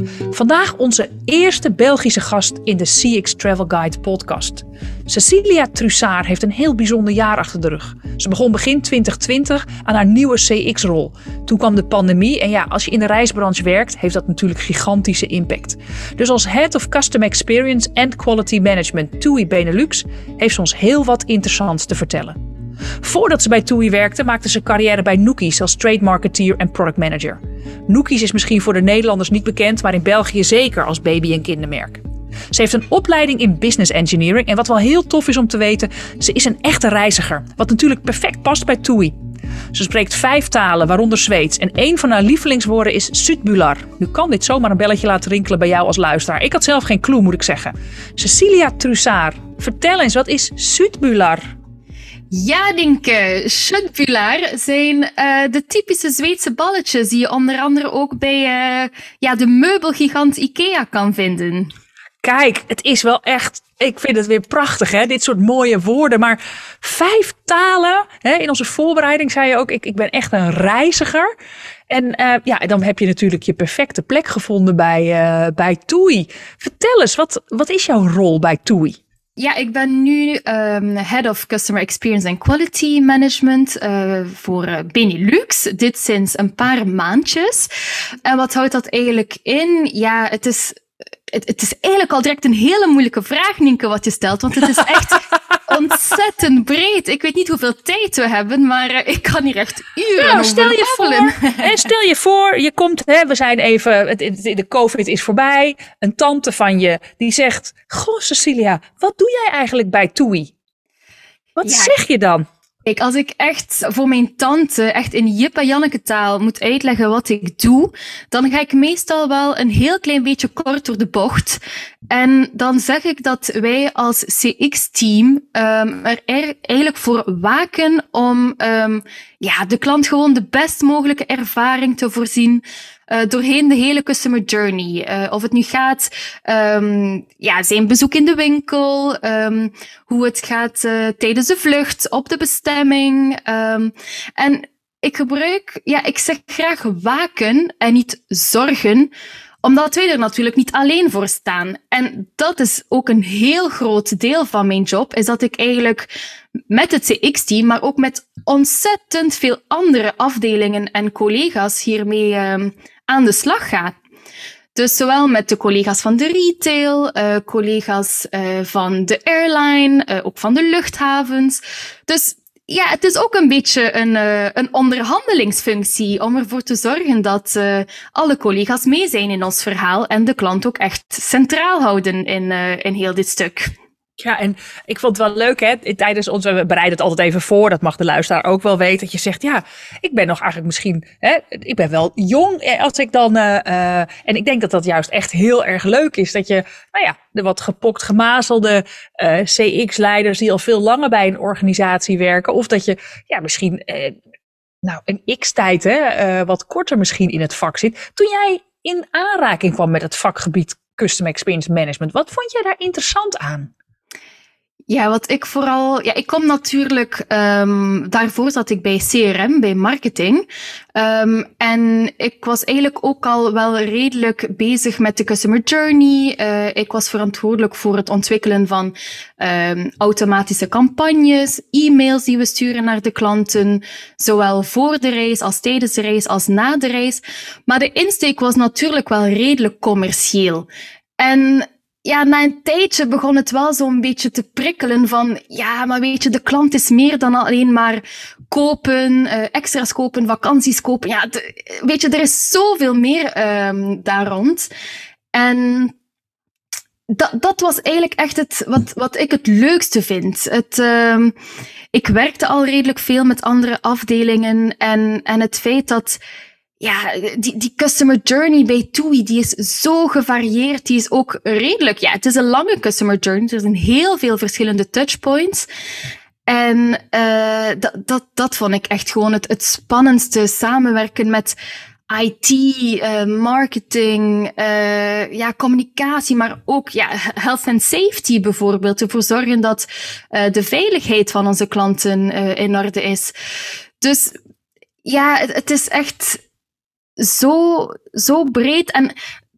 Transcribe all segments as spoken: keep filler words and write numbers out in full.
Vandaag onze eerste Belgische gast in de C X Travel Guide podcast. Cecilia Trussard heeft een heel bijzonder jaar achter de rug. Ze begon begin twintig twintig aan haar nieuwe C X-rol. Toen kwam de pandemie en ja, als je in de reisbranche werkt, heeft dat natuurlijk gigantische impact. Dus als Head of Custom Experience and Quality Management T U I Benelux heeft ze ons heel wat interessants te vertellen. Voordat ze bij T U I werkte, maakte ze carrière bij Nookis als trade marketeer en product manager. Nookis is misschien voor de Nederlanders niet bekend, maar in België zeker als baby- en kindermerk. Ze heeft een opleiding in business engineering en wat wel heel tof is om te weten, ze is een echte reiziger, wat natuurlijk perfect past bij T U I. Ze spreekt vijf talen, waaronder Zweeds, en één van haar lievelingswoorden is Südbular. Nu kan dit zomaar een belletje laten rinkelen bij jou als luisteraar. Ik had zelf geen clue, moet ik zeggen. Cecilia Trussard, vertel eens, wat is Südbular? Ja, Nienke, Südbular zijn uh, de typische Zweedse balletjes die je onder andere ook bij uh, ja, de meubelgigant IKEA kan vinden. Kijk, het is wel echt, ik vind het weer prachtig, hè? Dit soort mooie woorden. Maar vijf talen, hè? In onze voorbereiding zei je ook, ik, ik ben echt een reiziger. En uh, ja, dan heb je natuurlijk je perfecte plek gevonden bij, uh, bij T U I. Vertel eens, wat, wat is jouw rol bij T U I? Ja, ik ben nu um, Head of Customer Experience and Quality Management uh, voor uh, Benelux. Dit sinds een paar maandjes. En wat houdt dat eigenlijk in? Ja, het is... Het, het is eigenlijk al direct een hele moeilijke vraag, Nienke, wat je stelt. Want het is echt ontzettend breed. Ik weet niet hoeveel tijd we hebben, maar uh, ik kan hier echt uren nou, over stel je voor, hè, stel je voor, je komt, hè, we zijn even, het, de COVID is voorbij. Een tante van je die zegt, goh Cecilia, wat doe jij eigenlijk bij T U I? Wat Ja, zeg je dan? Kijk, als ik echt voor mijn tante echt in Jip en Janneke taal moet uitleggen wat ik doe, dan ga ik meestal wel een heel klein beetje kort door de bocht. En dan zeg ik dat wij als C X-team um, er eigenlijk voor waken om um, ja, de klant gewoon de best mogelijke ervaring te voorzien Uh, doorheen de hele customer journey. Uh, of het nu gaat, um, ja, zijn bezoek in de winkel, um, hoe het gaat uh, tijdens de vlucht, op de bestemming. Um, en ik gebruik, ja, ik zeg graag waken en niet zorgen, omdat wij er natuurlijk niet alleen voor staan. En dat is ook een heel groot deel van mijn job, is dat ik eigenlijk met het C X-team, maar ook met ontzettend veel andere afdelingen en collega's hiermee um, aan de slag ga. Dus zowel met de collega's van de retail, uh, collega's uh, van de airline, uh, ook van de luchthavens. Dus ja, het is ook een beetje een, uh, een onderhandelingsfunctie om ervoor te zorgen dat uh, alle collega's mee zijn in ons verhaal en de klant ook echt centraal houden in, uh, in heel dit stuk. Ja, en ik vond het wel leuk, hè, tijdens onze, we bereiden het altijd even voor, dat mag de luisteraar ook wel weten, dat je zegt, ja, ik ben nog eigenlijk misschien, hè, ik ben wel jong als ik dan, uh, uh, en ik denk dat dat juist echt heel erg leuk is, dat je, nou ja, de wat gepokt gemazelde uh, C X-leiders die al veel langer bij een organisatie werken, of dat je, ja, misschien, uh, nou, een X-tijd, hè, uh, wat korter misschien in het vak zit. Toen jij in aanraking kwam met het vakgebied Custom Experience Management, wat vond jij daar interessant aan? Ja, wat ik vooral... Ja, ik kom natuurlijk... Um, daarvoor zat ik bij C R M, bij marketing. Um, en ik was eigenlijk ook al wel redelijk bezig met de customer journey. Uh, ik was verantwoordelijk voor het ontwikkelen van um, automatische campagnes, e-mails die we sturen naar de klanten, zowel voor de reis als tijdens de reis als na de reis. Maar de insteek was natuurlijk wel redelijk commercieel. En ja, na een tijdje begon het wel zo'n beetje te prikkelen van, ja, maar weet je, de klant is meer dan alleen maar kopen, uh, extra's kopen, vakanties kopen. Ja, de, weet je, er is zoveel meer um, daar rond. En dat, dat was eigenlijk echt het, wat, wat ik het leukste vind. Het, um, ik werkte al redelijk veel met andere afdelingen en, en het feit dat ja, die, die customer journey bij T U I, die is zo gevarieerd. Die is ook redelijk, ja, het is een lange customer journey. Er zijn heel veel verschillende touchpoints. En uh, dat, dat, dat vond ik echt gewoon het, het spannendste. Samenwerken met I T, uh, marketing, uh, ja, communicatie, maar ook ja, health and safety bijvoorbeeld. Ervoor zorgen dat uh, de veiligheid van onze klanten uh, in orde is. Dus ja, het, het is echt zo, zo breed. En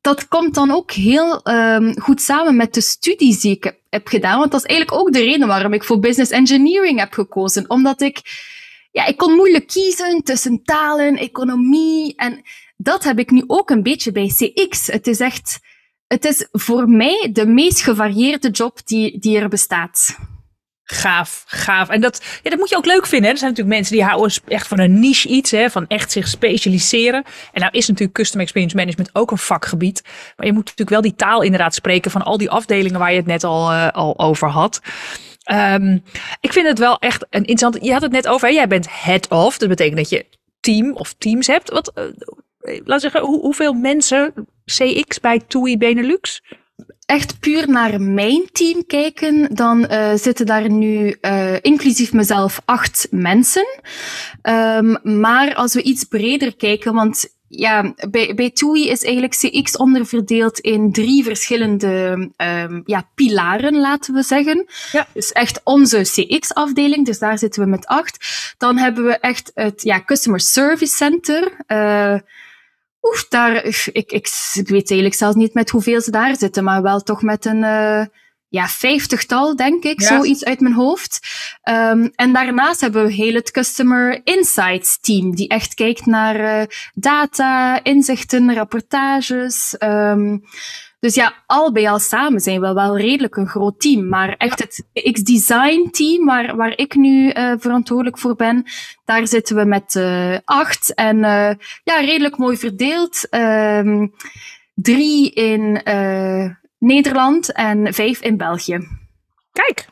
dat komt dan ook heel um, goed samen met de studies die ik heb, heb gedaan. Want dat is eigenlijk ook de reden waarom ik voor business engineering heb gekozen. Omdat ik, ja, ik kon moeilijk kiezen tussen talen, economie. En dat heb ik nu ook een beetje bij C X. Het is echt, het is voor mij de meest gevarieerde job die, die er bestaat. Gaaf, gaaf. En dat, ja, dat moet je ook leuk vinden. Hè? Er zijn natuurlijk mensen die houden echt van een niche iets, hè? Van echt zich specialiseren. En nou is natuurlijk Custom Experience Management ook een vakgebied. Maar je moet natuurlijk wel die taal inderdaad spreken van al die afdelingen waar je het net al, uh, al over had. Um, ik vind het wel echt een interessant. Je had het net over, hè? Jij bent head of. Dat betekent dat je team of teams hebt. Wat, uh, laat zeggen, hoe, hoeveel mensen C X bij T U I Benelux? Echt puur naar mijn team kijken, dan uh, zitten daar nu uh, inclusief mezelf acht mensen. Um, maar als we iets breder kijken, want ja, bij, bij T U I is eigenlijk C X onderverdeeld in drie verschillende um, ja, pilaren, laten we zeggen. Ja. Dus echt onze C X-afdeling, dus daar zitten we met acht. Dan hebben we echt het ja, Customer Service Center. Uh, Oef, daar, ik, ik, ik weet eigenlijk zelfs niet met hoeveel ze daar zitten, maar wel toch met een uh, ja, vijftigtal, denk ik, ja. Zoiets uit mijn hoofd. Um, en daarnaast hebben we heel het Customer Insights team, die echt kijkt naar uh, data, inzichten, rapportages. Um, dus ja, al bij al samen zijn we wel redelijk een groot team. Maar echt het X-Design team, waar, waar ik nu uh, verantwoordelijk voor ben, daar zitten we met uh, acht. En uh, ja, redelijk mooi verdeeld. Um, drie in uh, Nederland en vijf in België. Kijk.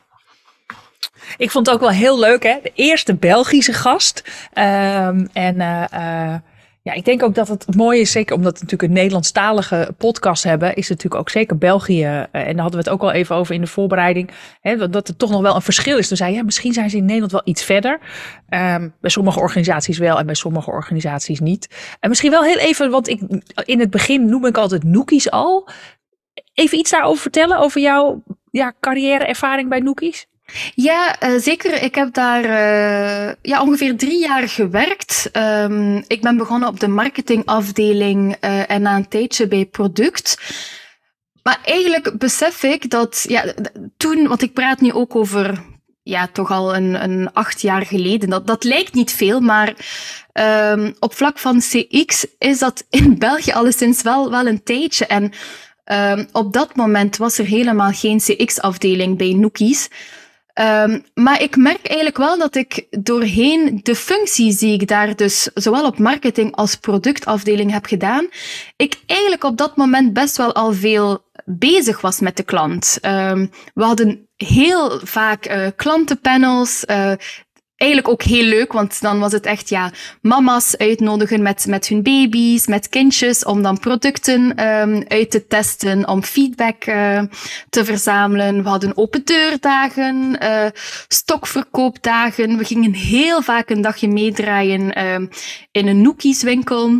Ik vond het ook wel heel leuk, hè? De eerste Belgische gast. Um, en uh, uh, ja, ik denk ook dat het mooi is, zeker omdat we natuurlijk een Nederlandstalige podcast hebben, is het natuurlijk ook zeker België. Uh, en daar hadden we het ook al even over in de voorbereiding. Hè, dat er toch nog wel een verschil is. Toen zei je, ja, misschien zijn ze in Nederland wel iets verder. Um, bij sommige organisaties wel en bij sommige organisaties niet. En misschien wel heel even, want ik, in het begin noem ik altijd Noekies al. Even iets daarover vertellen, over jouw ja, carrière-ervaring bij Noekies? Ja, uh, zeker. Ik heb daar uh, ja, ongeveer drie jaar gewerkt. Um, ik ben begonnen op de marketingafdeling uh, en na een tijdje bij product. Maar eigenlijk besef ik dat ja, toen, want ik praat nu ook over ja, toch al een, een acht jaar geleden. Dat, dat lijkt niet veel, maar um, op vlak van C X is dat in België alleszins wel, wel een tijdje. En um, op dat moment was er helemaal geen C X-afdeling bij Noekies. Um, maar ik merk eigenlijk wel dat ik doorheen de functies die ik daar dus zowel op marketing als productafdeling heb gedaan, ik eigenlijk op dat moment best wel al veel bezig was met de klant. Um, we hadden heel vaak uh, klantenpanels, uh, eigenlijk ook heel leuk, want dan was het echt ja, mama's uitnodigen met, met hun baby's, met kindjes, om dan producten um, uit te testen, om feedback uh, te verzamelen. We hadden open deurdagen, uh, stokverkoopdagen. We gingen heel vaak een dagje meedraaien um, in een Noekies-winkel.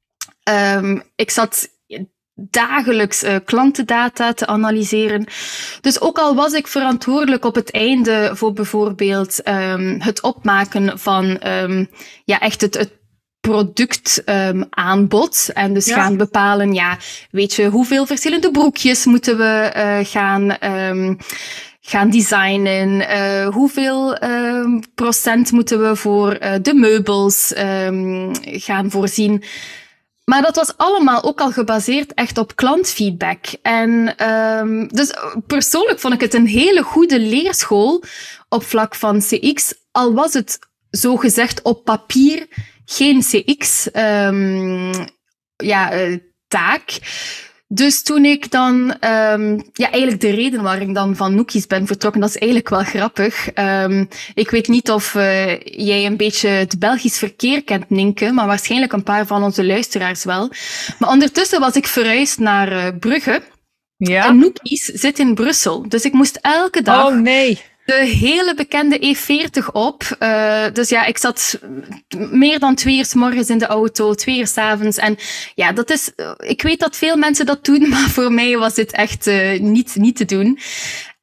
Um, ik zat dagelijks uh, klantendata te analyseren. Dus ook al was ik verantwoordelijk op het einde voor bijvoorbeeld um, het opmaken van um, ja, echt het, het productaanbod. Um, en dus ja. gaan bepalen, ja, weet je, hoeveel verschillende broekjes moeten we uh, gaan um, gaan designen, uh, hoeveel um, procent moeten we voor uh, de meubels um, gaan voorzien. Maar dat was allemaal ook al gebaseerd echt op klantfeedback. En um, dus persoonlijk vond ik het een hele goede leerschool op vlak van C X. Al was het zogezegd op papier geen C X um, ja, uh, taak. Dus toen ik dan, um, ja, eigenlijk de reden waar ik dan van Noekies ben vertrokken, dat is eigenlijk wel grappig. Um, ik weet niet of uh, jij een beetje het Belgisch verkeer kent, Nienke, maar waarschijnlijk een paar van onze luisteraars wel. Maar ondertussen was ik verhuisd naar uh, Brugge. Ja. En Noekies zit in Brussel. Dus ik moest elke dag... Oh nee. De hele bekende E veertig op. Uh, dus ja, ik zat meer dan twee uur 's morgens in de auto, twee uur 's avonds. En ja, dat is... Ik weet dat veel mensen dat doen, maar voor mij was dit echt uh, niet, niet te doen.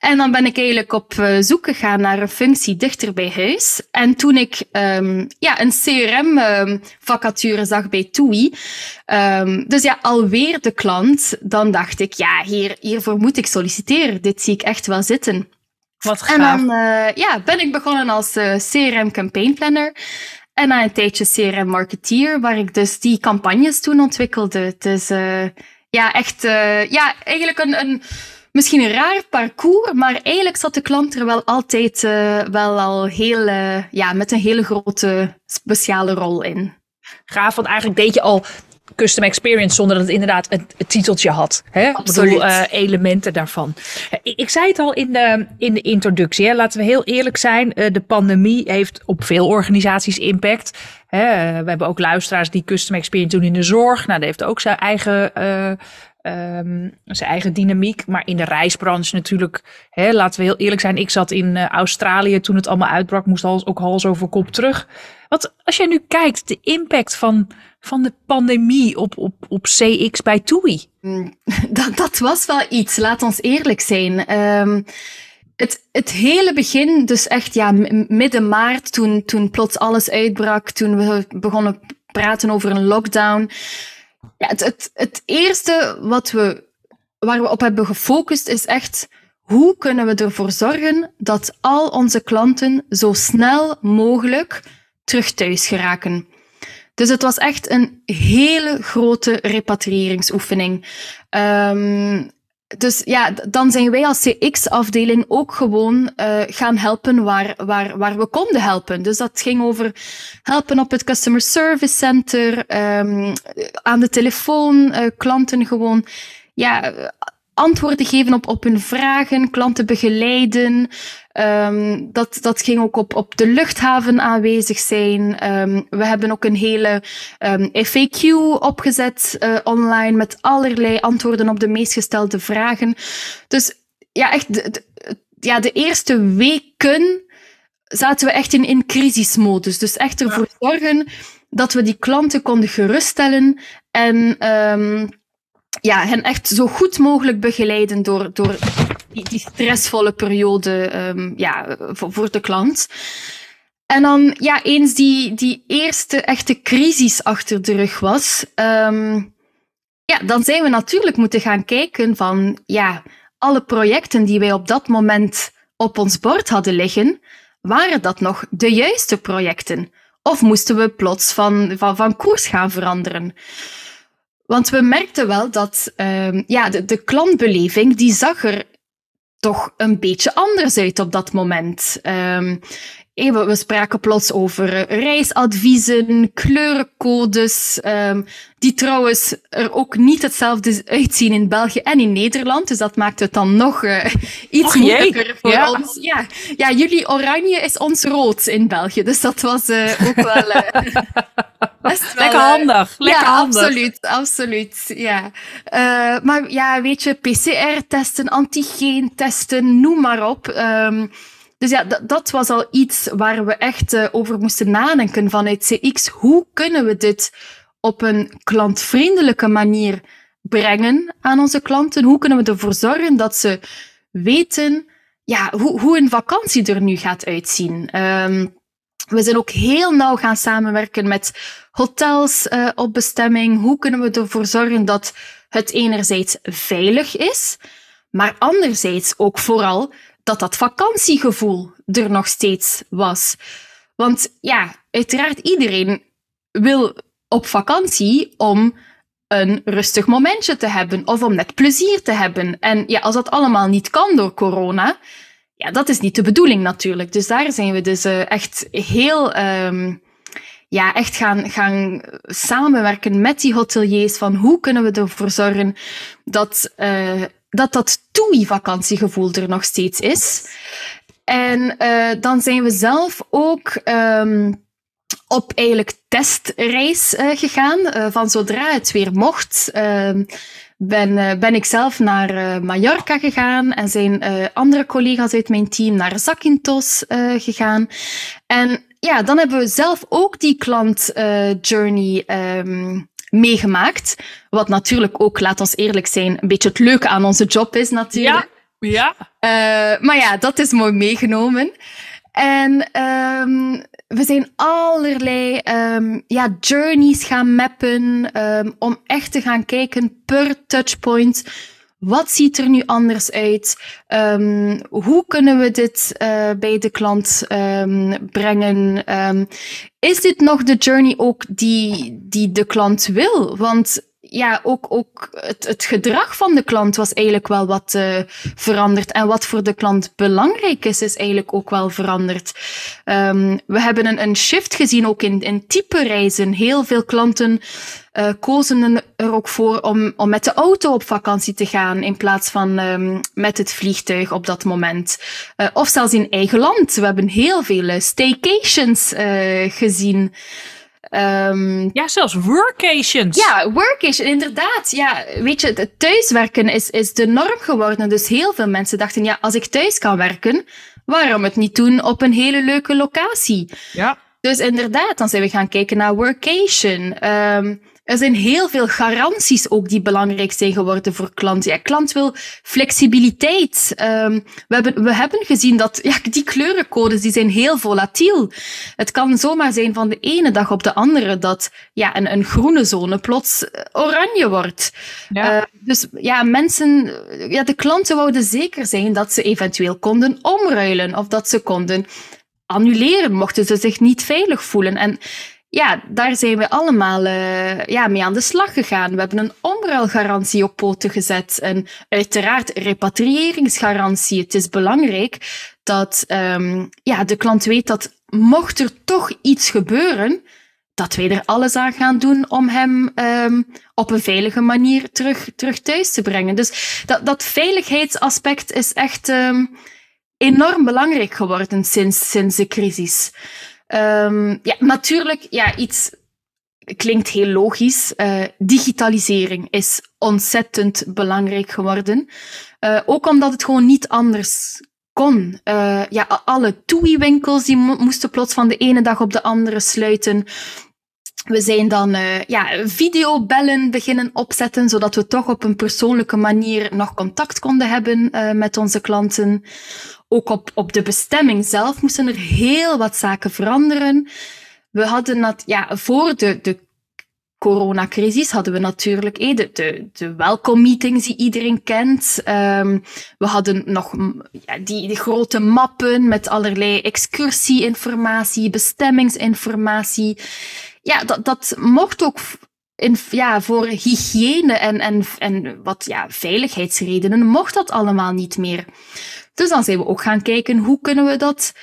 En dan ben ik eigenlijk op uh, zoek gegaan naar een functie dichter bij huis. En toen ik um, ja, een C R M-vacature um, zag bij TUI, um, dus ja, alweer de klant, dan dacht ik, ja, hier, hiervoor moet ik solliciteren. Dit zie ik echt wel zitten. Wat gaaf. En dan uh, ja, ben ik begonnen als uh, C R M-campaign planner. En na een tijdje C R M-marketeer, waar ik dus die campagnes toen ontwikkelde. Dus uh, ja, echt, uh, ja, eigenlijk een... een misschien een raar parcours, maar eigenlijk zat de klant er wel altijd uh, wel al heel, uh, ja, met een hele grote speciale rol in. Gaaf, want eigenlijk deed je al custom experience zonder dat het inderdaad het, het titeltje had. Hè? Absoluut. Ik bedoel, uh, elementen daarvan. Ik, ik zei het al in de, in de introductie. Hè? Laten we heel eerlijk zijn. Uh, de pandemie heeft op veel organisaties impact. Hè? Uh, we hebben ook luisteraars die custom experience doen in de zorg. Nou, dat heeft ook zijn eigen... Uh, Um, zijn eigen dynamiek, maar in de reisbranche natuurlijk, hè, laten we heel eerlijk zijn, ik zat in uh, Australië toen het allemaal uitbrak, moest hals, ook hals over kop terug. Wat, als je nu kijkt, de impact van, van de pandemie op, op, op C X bij TUI? Mm, dat, dat was wel iets, laat ons eerlijk zijn. Um, het, het hele begin, dus echt ja, midden maart, toen, toen plots alles uitbrak, toen we begonnen praten over een lockdown. Ja, het, het, het eerste wat we, waar we op hebben gefocust is echt hoe kunnen we ervoor zorgen dat al onze klanten zo snel mogelijk terug thuis geraken. Dus het was echt een hele grote repatriëringsoefening. Um, dus ja, dan zijn wij als C X-afdeling ook gewoon uh, gaan helpen waar, waar, waar we konden helpen. Dus dat ging over helpen op het Customer Service Center, um, aan de telefoon, uh, klanten gewoon ja, antwoorden geven op, op hun vragen, klanten begeleiden. Um, dat, dat ging ook op, op de luchthaven aanwezig zijn. Um, we hebben ook een hele um, F A Q opgezet uh, online met allerlei antwoorden op de meest gestelde vragen. Dus ja, echt de, de, ja, de eerste weken zaten we echt in, in crisismodus. Dus echt ervoor zorgen dat we die klanten konden geruststellen en um, ja, hen echt zo goed mogelijk begeleiden door, door die, die stressvolle periode um, ja, voor, voor de klant. En dan, ja, eens die, die eerste echte crisis achter de rug was, um, ja, dan zijn we natuurlijk moeten gaan kijken van, ja, alle projecten die wij op dat moment op ons bord hadden liggen, waren dat nog de juiste projecten? Of moesten we plots van, van, van koers gaan veranderen? Want we merkten wel dat um, ja, de, de klantbeleving, die zag er toch een beetje anders uit op dat moment. Um, we, we spraken plots over reisadviezen, kleurencodes, um, die trouwens er ook niet hetzelfde uitzien in België en in Nederland. Dus dat maakt het dan nog uh, iets Och, moeilijker voor ja. ons. Ja, ja, jullie oranje is ons rood in België. Dus dat was uh, ook wel... Uh, Best wel, lekker handig. Lekker ja, handig. absoluut, absoluut. Ja. Uh, maar ja, weet je, P C R-testen, antigeen-testen, noem maar op. Um, dus ja, d- dat was al iets waar we echt uh, over moesten nadenken vanuit C X. Hoe kunnen we dit op een klantvriendelijke manier brengen aan onze klanten? Hoe kunnen we ervoor zorgen dat ze weten ja, hoe, hoe een vakantie er nu gaat uitzien? Um, We zijn ook heel nauw gaan samenwerken met hotels uh, op bestemming. Hoe kunnen we ervoor zorgen dat het enerzijds veilig is, maar anderzijds ook vooral dat dat vakantiegevoel er nog steeds was. Want ja, uiteraard iedereen wil op vakantie om een rustig momentje te hebben of om net plezier te hebben. En ja, als dat allemaal niet kan door corona... Ja, dat is niet de bedoeling natuurlijk. Dus daar zijn we dus uh, echt heel um, ja, echt gaan, gaan samenwerken met die hoteliers van hoe kunnen we ervoor zorgen dat uh, dat, dat TUI-vakantiegevoel er nog steeds is. En uh, dan zijn we zelf ook um, op eigenlijk testreis uh, gegaan. Uh, van zodra het weer mocht... Uh, Ben, uh, ben ik zelf naar uh, Mallorca gegaan en zijn uh, andere collega's uit mijn team naar Zakynthos uh, gegaan. En ja, dan hebben we zelf ook die klant uh, journey um, meegemaakt. Wat natuurlijk ook, laat ons eerlijk zijn, een beetje het leuke aan onze job is natuurlijk. Ja. Ja. Uh, maar ja, dat is mooi meegenomen. En um, we zijn allerlei um, ja, journeys gaan mappen um, om echt te gaan kijken per touchpoint. Wat ziet er nu anders uit? Um, hoe kunnen we dit uh, bij de klant um, brengen? Um, is dit nog de journey ook die, die de klant wil? Want ja, ook, ook het, het gedrag van de klant was eigenlijk wel wat uh, veranderd. En wat voor de klant belangrijk is, is eigenlijk ook wel veranderd. Um, we hebben een, een shift gezien ook in, in type reizen. Heel veel klanten uh, kozen er ook voor om, om met de auto op vakantie te gaan in plaats van um, met het vliegtuig op dat moment. Uh, of zelfs in eigen land. We hebben heel veel uh, staycations uh, gezien. Um, ja, zelfs workations. Ja, workation, inderdaad. Ja, weet je, het thuiswerken is, is de norm geworden. Dus heel veel mensen dachten, ja, als ik thuis kan werken, waarom het niet doen op een hele leuke locatie? Ja. Dus inderdaad, dan zijn we gaan kijken naar workation. Um, er zijn heel veel garanties ook die belangrijk zijn geworden voor klanten. Ja, klant wil flexibiliteit. Um, we, hebben, we hebben gezien dat ja, die kleurencodes die zijn heel volatiel. Het kan zomaar zijn van de ene dag op de andere dat ja, een, een groene zone plots oranje wordt. Ja. Uh, dus ja, mensen, ja, de klanten wouden zeker zijn dat ze eventueel konden omruilen of dat ze konden annuleren, mochten ze zich niet veilig voelen. En ja, daar zijn we allemaal uh, ja, mee aan de slag gegaan. We hebben een omruilgarantie op poten gezet. En uiteraard repatriëringsgarantie. Het is belangrijk dat um, ja, de klant weet dat mocht er toch iets gebeuren, dat wij er alles aan gaan doen om hem um, op een veilige manier terug, terug thuis te brengen. Dus dat, dat veiligheidsaspect is echt um, enorm belangrijk geworden sinds, sinds de crisis. Um, ja, natuurlijk, ja, iets klinkt heel logisch. Uh, digitalisering is ontzettend belangrijk geworden. Uh, ook omdat het gewoon niet anders kon. Uh, ja, alle TUI-winkels die mo- moesten plots van de ene dag op de andere sluiten. We zijn dan uh, ja, videobellen beginnen opzetten, zodat we toch op een persoonlijke manier nog contact konden hebben uh, met onze klanten. Ook op, op de bestemming zelf moesten er heel wat zaken veranderen. We hadden dat, ja, voor de, de coronacrisis hadden we natuurlijk eh, de, de, de welcome meetings die iedereen kent. Um, we hadden nog ja, die, die grote mappen met allerlei excursie-informatie, bestemmingsinformatie. Ja, dat, dat mocht ook in, ja, voor hygiëne en, en, en wat ja, veiligheidsredenen mocht dat allemaal niet meer. Dus dan zijn we ook gaan kijken, hoe kunnen we dat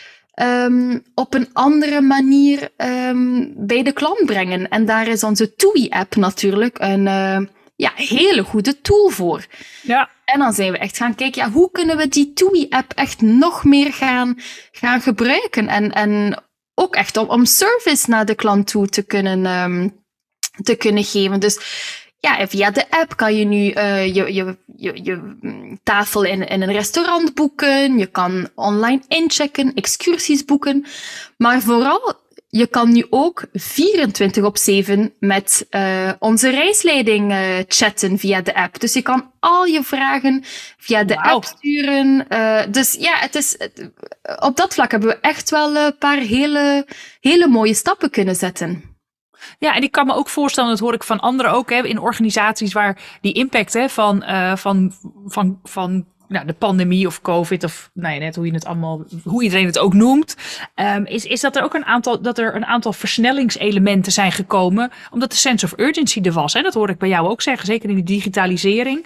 um, op een andere manier um, bij de klant brengen. En daar is onze TUI-app natuurlijk een uh, ja, hele goede tool voor. Ja. En dan zijn we echt gaan kijken, ja, hoe kunnen we die TUI-app echt nog meer gaan, gaan gebruiken. En, en ook echt om, om service naar de klant toe te kunnen, um, te kunnen geven. Dus ja, via de app kan je nu uh, je, je, je, je tafel in, in een restaurant boeken. Je kan online inchecken, excursies boeken. Maar vooral, je kan nu ook vierentwintig op zeven met uh, onze reisleiding uh, chatten via de app. Dus je kan al je vragen via de wow. app sturen. Uh, dus ja, het is, op dat vlak hebben we echt wel een paar hele, hele mooie stappen kunnen zetten. Ja, en ik kan me ook voorstellen, dat hoor ik van anderen ook, hè, in organisaties waar die impact hè, van, uh, van, van, van nou, de pandemie of COVID of nou ja, net hoe je het allemaal, hoe iedereen het ook noemt, um, is, is dat er ook een aantal, dat er een aantal versnellingselementen zijn gekomen, omdat de sense of urgency er was. Hè? Dat hoor ik bij jou ook zeggen, zeker in die digitalisering.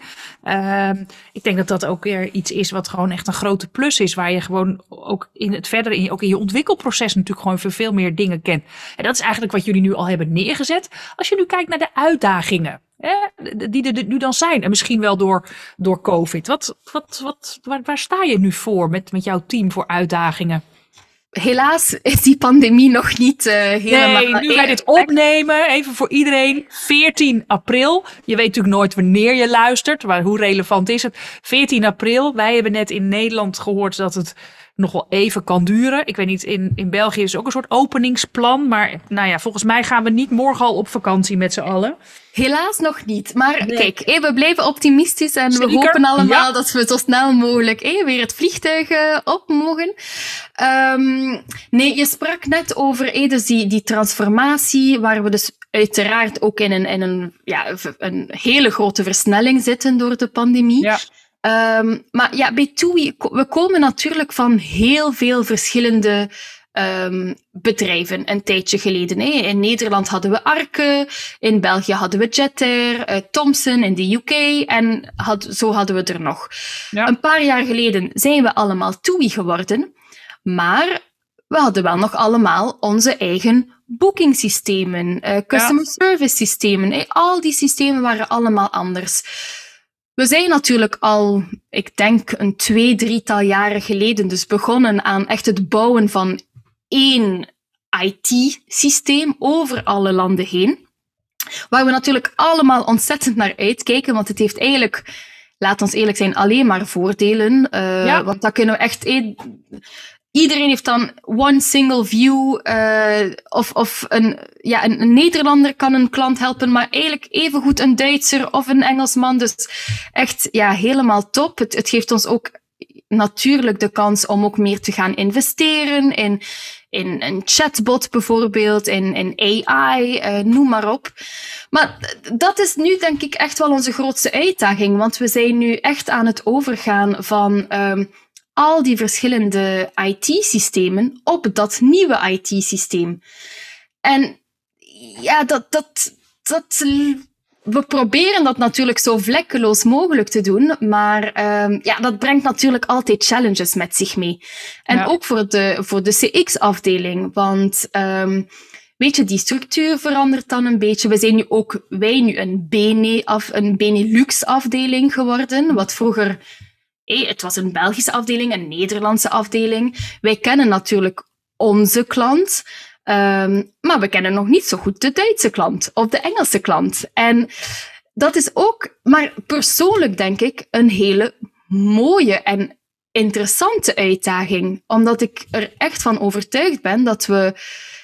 Um, ik denk dat dat ook weer iets is wat gewoon echt een grote plus is, waar je gewoon ook in het verder, in je, ook in je ontwikkelproces natuurlijk gewoon veel, veel meer dingen kent. En dat is eigenlijk wat jullie nu al hebben neergezet. Als je nu kijkt naar de uitdagingen, hè, die er nu dan zijn, en misschien wel door, door COVID. Wat, wat, wat, waar, waar sta je nu voor met, met jouw team voor uitdagingen? Helaas is die pandemie nog niet uh, helemaal... Nee, nu wij dit opnemen, even voor iedereen, veertien april. Je weet natuurlijk nooit wanneer je luistert, maar hoe relevant is het? veertien april, wij hebben net in Nederland gehoord dat het nog wel even kan duren. Ik weet niet, in, in België is ook een soort openingsplan. Maar nou ja, volgens mij gaan we niet morgen al op vakantie met z'n allen. Helaas nog niet. Maar Nee. kijk, hé, we blijven optimistisch en Zeker. we hopen allemaal Ja. dat we zo snel mogelijk hé, weer het vliegtuig eh, op mogen. Um, nee, je sprak net over hé, dus die, die transformatie, waar we dus uiteraard ook in een, in een, ja, een hele grote versnelling zitten door de pandemie. Ja. Um, maar ja, bij TUI, we komen natuurlijk van heel veel verschillende um, bedrijven een tijdje geleden. Hè. In Nederland hadden we Arke, in België hadden we Jetair, uh, Thomson in de U K en had, zo hadden we er nog. Ja. Een paar jaar geleden zijn we allemaal TUI geworden, maar we hadden wel nog allemaal onze eigen boekingssystemen, uh, customer ja. service systemen. Hè. Al die systemen waren allemaal anders. We zijn natuurlijk al, ik denk, een twee, drietal jaren geleden dus begonnen aan echt het bouwen van één I T-systeem over alle landen heen. Waar we natuurlijk allemaal ontzettend naar uitkijken, want het heeft eigenlijk, laat ons eerlijk zijn, alleen maar voordelen. Uh, ja. Want dan kunnen we echt... Iedereen heeft dan one single view, uh, of, of een, ja, een, een Nederlander kan een klant helpen, maar eigenlijk evengoed een Duitser of een Engelsman. Dus echt, ja, helemaal top. Het, het geeft ons ook natuurlijk de kans om ook meer te gaan investeren in, in een chatbot bijvoorbeeld, in, in A I, uh, noem maar op. Maar dat is nu denk ik echt wel onze grootste uitdaging, want we zijn nu echt aan het overgaan van... Um, al die verschillende I T-systemen op dat nieuwe I T-systeem. En ja, dat, dat, dat, we proberen dat natuurlijk zo vlekkeloos mogelijk te doen, maar um, ja, dat brengt natuurlijk altijd challenges met zich mee. En ja. ook voor de, voor de C X-afdeling, want um, weet je, die structuur verandert dan een beetje. We zijn nu ook, wij nu een, Bene, af, een Benelux-afdeling geworden, wat vroeger... Hey, het was een Belgische afdeling, een Nederlandse afdeling. Wij kennen natuurlijk onze klant, um, maar we kennen nog niet zo goed de Duitse klant of de Engelse klant. En dat is ook, maar persoonlijk denk ik, een hele mooie en interessante uitdaging. Omdat ik er echt van overtuigd ben dat we...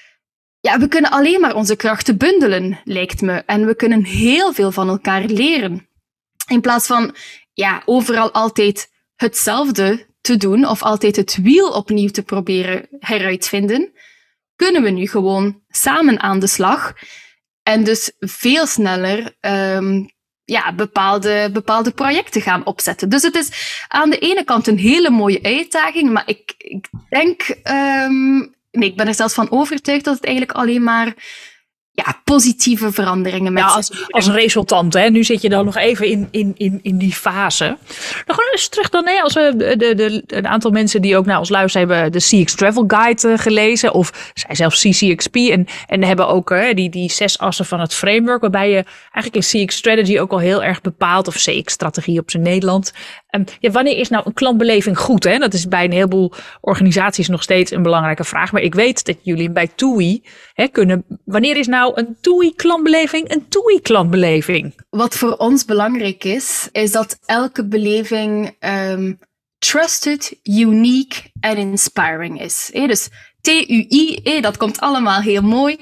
Ja, we kunnen alleen maar onze krachten bundelen, lijkt me. En we kunnen heel veel van elkaar leren. In plaats van... ja, overal altijd hetzelfde te doen of altijd het wiel opnieuw te proberen heruitvinden, kunnen we nu gewoon samen aan de slag en dus veel sneller um, ja, bepaalde, bepaalde projecten gaan opzetten. Dus het is aan de ene kant een hele mooie uitdaging, maar ik, ik denk, um, nee, ik ben er zelfs van overtuigd dat het eigenlijk alleen maar ja, positieve veranderingen met ja, als, als resultant. Hè? Nu zit je dan nog even in, in, in, in die fase. Nog eens terug dan, hè, als we de, de, de, een aantal mensen die ook naar ons luisteren hebben de C X Travel Guide uh, gelezen. Of zij zelfs C C X P. En, en hebben ook uh, die, die zes assen van het framework. Waarbij je eigenlijk in C X Strategy ook al heel erg bepaalt. Of C X strategie op zijn Nederland. Um, ja, wanneer is nou een klantbeleving goed? Hè? Dat is bij een heleboel organisaties nog steeds een belangrijke vraag. Maar ik weet dat jullie bij TUI hè, kunnen... Wanneer is nou een TUI-klantbeleving een TUI-klantbeleving? Wat voor ons belangrijk is, is dat elke beleving um, trusted, unique en inspiring is. Hey, dus T U I, hey, dat komt allemaal heel mooi.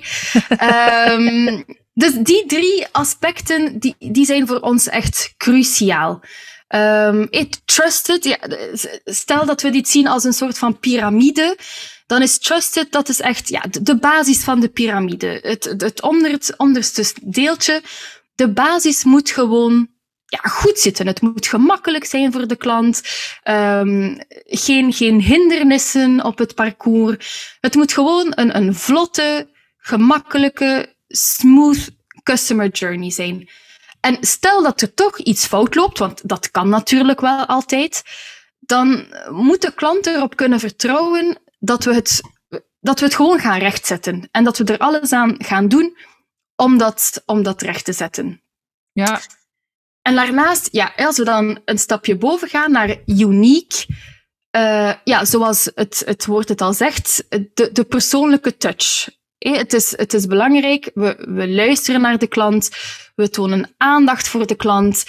um, dus die drie aspecten, die, die zijn voor ons echt cruciaal. Um, it trusted, ja, stel dat we dit zien als een soort van piramide, dan is trusted, dat is echt ja, de basis van de piramide. Het, het, onder, het onderste deeltje, de basis moet gewoon ja, goed zitten. Het moet gemakkelijk zijn voor de klant. Um, geen, geen hindernissen op het parcours. Het moet gewoon een, een vlotte, gemakkelijke, smooth customer journey zijn. En stel dat er toch iets fout loopt, want dat kan natuurlijk wel altijd, dan moet de klant erop kunnen vertrouwen dat we het, dat we het gewoon gaan rechtzetten. En dat we er alles aan gaan doen om dat, om dat recht te zetten. Ja. En daarnaast, ja, als we dan een stapje boven gaan naar unique, uh, ja, zoals het, het woord het al zegt, de, de persoonlijke touch. Hey, het, is, het is belangrijk, we, we luisteren naar de klant, we tonen aandacht voor de klant.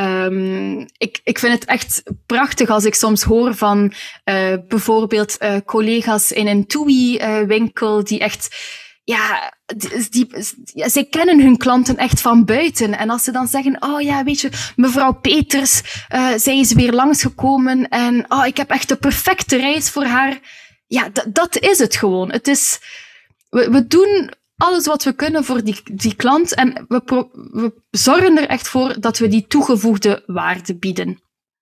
Um, ik, ik vind het echt prachtig als ik soms hoor van uh, bijvoorbeeld uh, collega's in een TUI-winkel uh, die echt... Ja, die, die, ja, zij kennen hun klanten echt van buiten. En als ze dan zeggen, oh ja, weet je, mevrouw Peters, uh, zij is weer langsgekomen en oh, ik heb echt de perfecte reis voor haar. Ja, d- dat is het gewoon. Het is, we, we doen alles wat we kunnen voor die, die klant en we, pro, we zorgen er echt voor dat we die toegevoegde waarde bieden.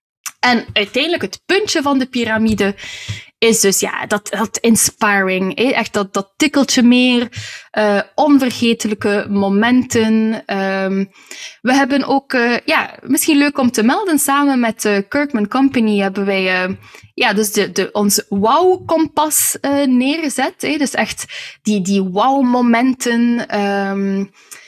En uiteindelijk het puntje van de piramide is dus ja, dat, dat inspiring, eh? Echt dat, dat tikkeltje meer, uh, onvergetelijke momenten. Um, we hebben ook, uh, ja, misschien leuk om te melden, samen met uh, Kirkman Company hebben wij uh, ja, dus de, de, ons wow-kompas uh, neergezet. Eh? Dus echt die, die wow-momenten, um,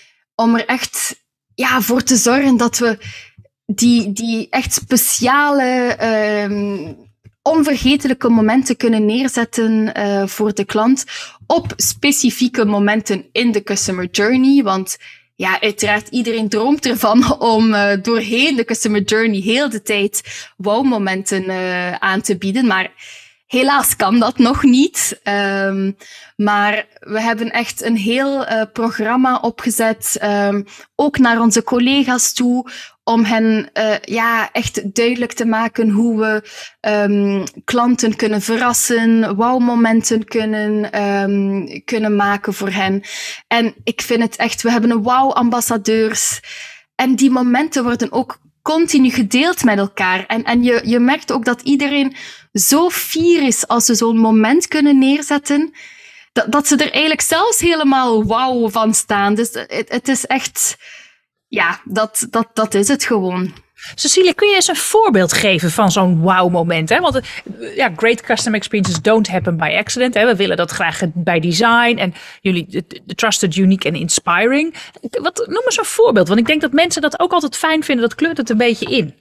om er echt ja, voor te zorgen dat we die, die echt speciale... Um, onvergetelijke momenten kunnen neerzetten uh, voor de klant op specifieke momenten in de customer journey. Want ja, uiteraard, iedereen droomt ervan om uh, doorheen de customer journey heel de tijd wow-momenten uh, aan te bieden. Maar helaas kan dat nog niet. Um, maar we hebben echt een heel uh, programma opgezet, um, ook naar onze collega's toe, om hen uh, ja, echt duidelijk te maken hoe we um, klanten kunnen verrassen, wow-momenten kunnen, um, kunnen maken voor hen. En ik vind het echt, we hebben een wow-ambassadeurs. En die momenten worden ook continu gedeeld met elkaar. En, en je, je merkt ook dat iedereen zo fier is als ze zo'n moment kunnen neerzetten, dat, dat ze er eigenlijk zelfs helemaal wauw van staan. Dus het, het is echt... Ja, dat, dat, dat is het gewoon. Cecilia, kun je eens een voorbeeld geven van zo'n wow-moment? Hè? Want ja, great customer experiences don't happen by accident. Hè? We willen dat graag bij design. En jullie, de, de trusted, unique en inspiring. Wat, noem eens een voorbeeld. Want ik denk dat mensen dat ook altijd fijn vinden. Dat kleurt het een beetje in.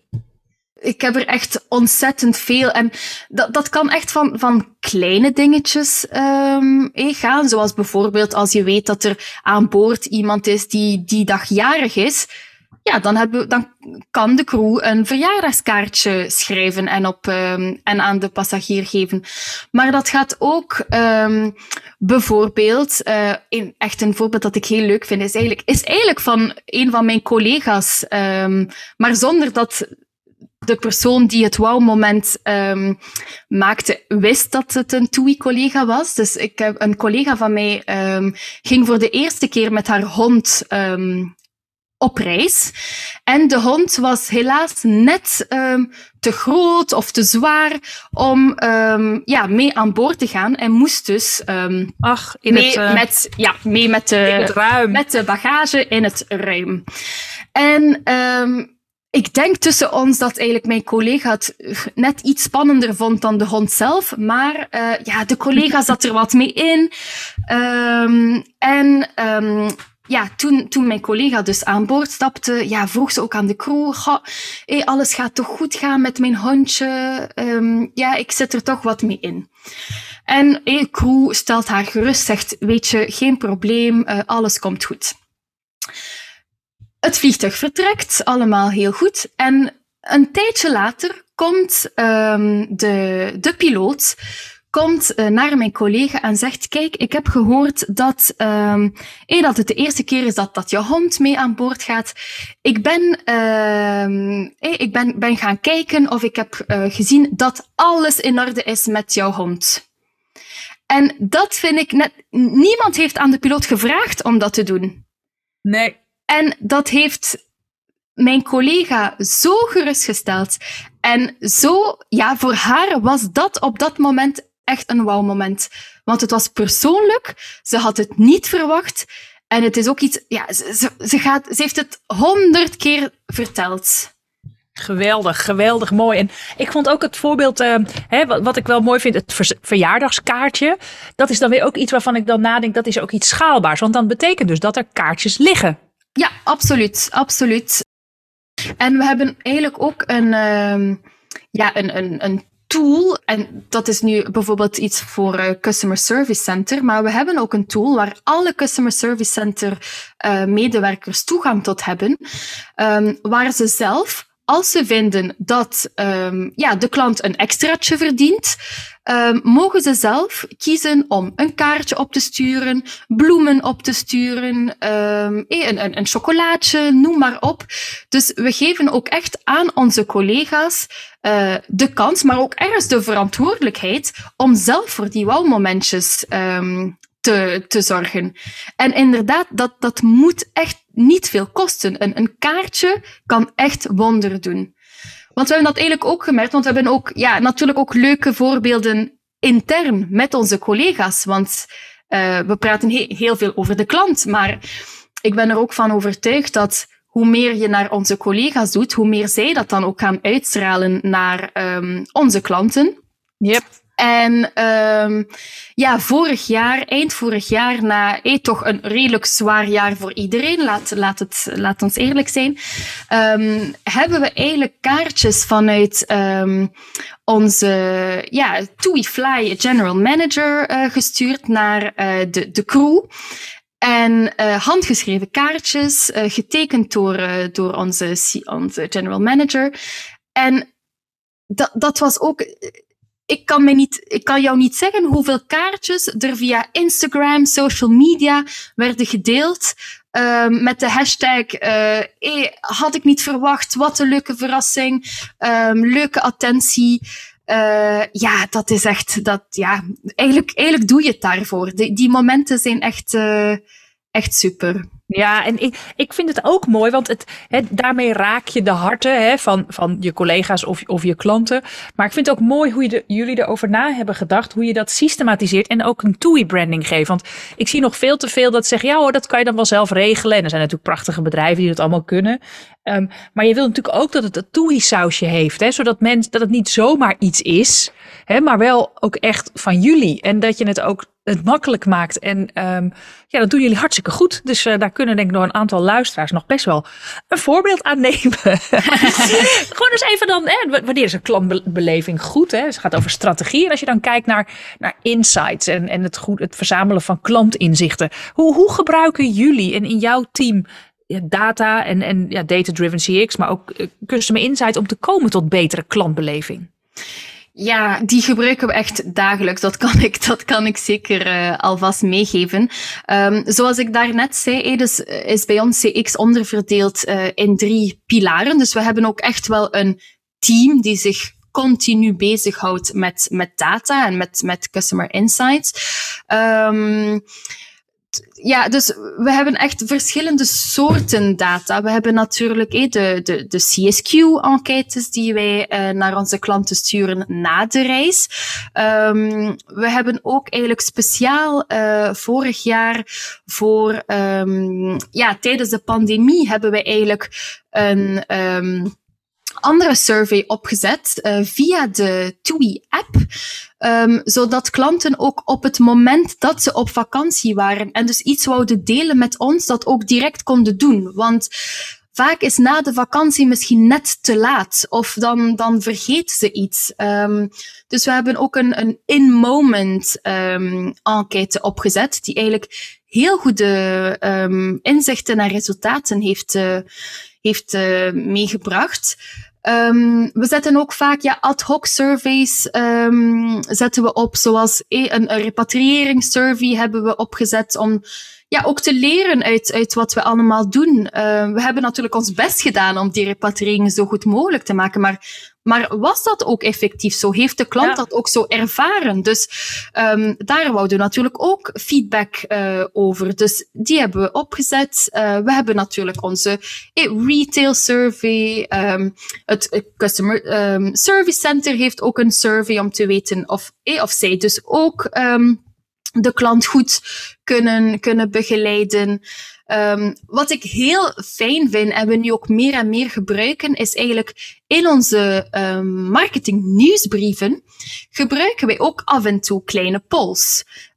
Ik heb er echt ontzettend veel. En dat, dat kan echt van, van kleine dingetjes um, eh, gaan. Zoals bijvoorbeeld als je weet dat er aan boord iemand is die die dag jarig is. Ja, dan, hebben, dan kan de crew een verjaardagskaartje schrijven en, op, um, en aan de passagier geven. Maar dat gaat ook um, bijvoorbeeld, uh, in, echt een voorbeeld dat ik heel leuk vind, is eigenlijk, is eigenlijk van een van mijn collega's. Um, maar zonder dat de persoon die het wow-moment um, maakte, wist dat het een TUI-collega was. Dus ik heb een collega van mij um, ging voor de eerste keer met haar hond um, op reis. En de hond was helaas net um, te groot of te zwaar om um, ja, mee aan boord te gaan. En moest dus um, Ach, in mee, het, uh, met, ja, mee met de, in het ruim. met de bagage in het ruim. En um, ik denk tussen ons dat eigenlijk mijn collega het net iets spannender vond dan de hond zelf. Maar uh, ja, de collega zat er wat mee in. Um, en um, ja, toen, toen mijn collega dus aan boord stapte, ja, vroeg ze ook aan de crew, goh, hey, alles gaat toch goed gaan met mijn hondje? Um, ja, ik zit er toch wat mee in. En de crew stelt haar gerust, zegt, weet je, geen probleem, uh, alles komt goed. Het vliegtuig vertrekt, allemaal heel goed. En een tijdje later komt um, de, de piloot komt uh, naar mijn collega en zegt, kijk, ik heb gehoord dat, um, hey, dat het de eerste keer is dat, dat je hond mee aan boord gaat. Ik ben, um, hey, ik ben, ben gaan kijken of ik heb uh, gezien dat alles in orde is met jouw hond. En dat vind ik net... Niemand heeft aan de piloot gevraagd om dat te doen. Nee. En dat heeft mijn collega zo gerustgesteld. En zo, ja, voor haar was dat op dat moment echt een wauw-moment. Want het was persoonlijk, ze had het niet verwacht. En het is ook iets, ja, ze, ze, gaat, ze heeft het honderd keer verteld. Geweldig, geweldig mooi. En ik vond ook het voorbeeld, uh, hè, wat, wat ik wel mooi vind, het ver, verjaardagskaartje. Dat is dan weer ook iets waarvan ik dan nadenk, dat is ook iets schaalbaars. Want dan betekent dus dat er kaartjes liggen. Ja, absoluut, absoluut. En we hebben eigenlijk ook een, uh, ja, een, een, een tool, en dat is nu bijvoorbeeld iets voor uh, Customer Service Center, maar we hebben ook een tool waar alle Customer Service Center uh, medewerkers toegang tot hebben, um, waar ze zelf, als ze vinden dat um, ja, de klant een extraatje verdient, um, mogen ze zelf kiezen om een kaartje op te sturen, bloemen op te sturen, um, een, een, een chocolaatje, noem maar op. Dus we geven ook echt aan onze collega's uh, de kans, maar ook ergens de verantwoordelijkheid om zelf voor die wow-momentjes um, te, te zorgen. En inderdaad, dat, dat moet echt niet veel kosten. Een, een kaartje kan echt wonderen doen. Want we hebben dat eigenlijk ook gemerkt, want we hebben ook, ja, natuurlijk ook leuke voorbeelden intern met onze collega's. Want uh, we praten he- heel veel over de klant, maar ik ben er ook van overtuigd dat hoe meer je naar onze collega's doet, hoe meer zij dat dan ook gaan uitstralen naar um, onze klanten. Yep. En um, ja, vorig jaar, eind vorig jaar, na eh, toch een redelijk zwaar jaar voor iedereen, laat, laat, het, laat ons eerlijk zijn, um, hebben we eigenlijk kaartjes vanuit um, onze ja, TUI-Fly General Manager uh, gestuurd naar uh, de, de crew. En uh, handgeschreven kaartjes, uh, getekend door, uh, door onze, onze General Manager. En dat, dat was ook... Ik kan, mij niet, ik kan jou niet zeggen hoeveel kaartjes er via Instagram, social media werden gedeeld uh, met de hashtag uh, hey, had ik niet verwacht, wat een leuke verrassing, um, leuke attentie. Uh, ja, dat is echt, dat, ja, eigenlijk, eigenlijk doe je het daarvoor. Die, die momenten zijn echt, uh, echt super. Ja, en ik, ik vind het ook mooi, want het, he, daarmee raak je de harten he, van, van je collega's of, of je klanten. Maar ik vind het ook mooi hoe je de, jullie erover na hebben gedacht, hoe je dat systematiseert en ook een TUI-branding geeft. Want ik zie nog veel te veel dat zeggen, ja hoor, dat kan je dan wel zelf regelen. En er zijn natuurlijk prachtige bedrijven die dat allemaal kunnen. Um, maar je wil natuurlijk ook dat het een TUI-sausje heeft, he, zodat men, dat het niet zomaar iets is, he, maar wel ook echt van jullie. En dat je het ook het makkelijk maakt. En um, ja, dat doen jullie hartstikke goed. Dus uh, daar kunnen denk ik nog een aantal luisteraars nog best wel een voorbeeld aan nemen. Gewoon eens even dan, hè, wanneer is een klantbeleving goed? Hè? Het gaat over strategie. En als je dan kijkt naar, naar insights en, en het, goed, het verzamelen van klantinzichten. Hoe, hoe gebruiken jullie en in jouw team ja, data en, en ja, data-driven C X, maar ook uh, customer insight om te komen tot betere klantbeleving? Ja, die gebruiken we echt dagelijks. Dat kan ik, dat kan ik zeker uh, alvast meegeven. Um, zoals ik daarnet zei, dus is bij ons C X onderverdeeld uh, in drie pilaren. Dus we hebben ook echt wel een team die zich continu bezighoudt met, met data en met, met customer insights. Um, Ja, dus we hebben echt verschillende soorten data. We hebben natuurlijk eh, de, de, de C S Q-enquêtes die wij uh, naar onze klanten sturen na de reis. Um, we hebben ook eigenlijk speciaal uh, vorig jaar voor, um, ja, tijdens de pandemie hebben we eigenlijk een um, andere survey opgezet uh, via de TUI-app. Um, zodat klanten ook op het moment dat ze op vakantie waren en dus iets wouden delen met ons, dat ook direct konden doen. Want vaak is na de vakantie misschien net te laat of dan, dan vergeet ze iets. Um, dus we hebben ook een, een in-moment um, enquête opgezet die eigenlijk heel goede um, inzichten en resultaten heeft, uh, heeft uh, meegebracht. Um, we zetten ook vaak ja, ad hoc surveys um, zetten we op, zoals eh, een, een repatriëringssurvey hebben we opgezet om ja, ook te leren uit, uit wat we allemaal doen. Uh, we hebben natuurlijk ons best gedaan om die repatriëring zo goed mogelijk te maken, maar, maar was dat ook effectief zo? Heeft de klant ja. dat ook zo ervaren? Dus um, daar wouden we natuurlijk ook feedback uh, over. Dus die hebben we opgezet. Uh, we hebben natuurlijk onze eh, retail survey. Um, het, het Customer um, Service Center heeft ook een survey om te weten of, eh, of zij dus ook um, de klant goed kunnen, kunnen begeleiden. Um, wat ik heel fijn vind en we nu ook meer en meer gebruiken, is eigenlijk in onze um, marketing nieuwsbrieven gebruiken wij ook af en toe kleine polls.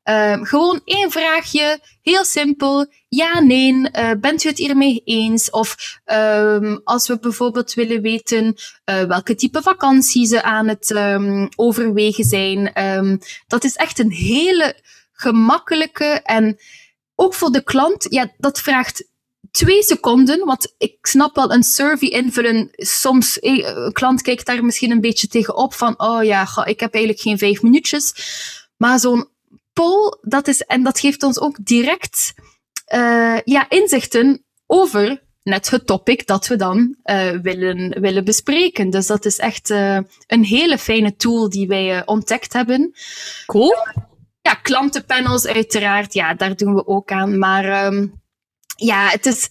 Uh, gewoon één vraagje, heel simpel. Ja, nee, uh, bent u het hiermee eens? Of um, als we bijvoorbeeld willen weten uh, welke type vakantie ze aan het um, overwegen zijn. Um, dat is echt een hele gemakkelijke en ook voor de klant, ja, dat vraagt twee seconden, want ik snap wel een survey invullen. Soms, een klant kijkt daar misschien een beetje tegenop van, oh ja, ik heb eigenlijk geen vijf minuutjes. Maar zo'n poll, dat is, en dat geeft ons ook direct uh, ja, inzichten over net het topic dat we dan uh, willen, willen bespreken. Dus dat is echt uh, een hele fijne tool die wij uh, ontdekt hebben. Cool. Uh, ja, klantenpanels uiteraard, ja, daar doen we ook aan. Maar um, ja, het is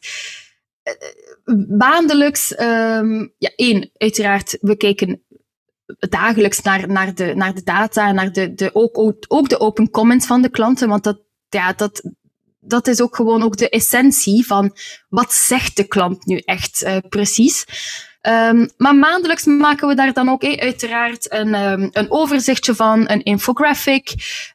uh, maandelijks, um, ja, één, uiteraard, we kijken dagelijks naar, naar, de, naar de data, naar de, de, ook, ook, ook de open comments van de klanten, want dat, ja, dat, dat is ook gewoon ook de essentie van wat zegt de klant nu echt uh, precies. Um, maar maandelijks maken we daar dan ook hey, uiteraard een, um, een overzichtje van, een infographic.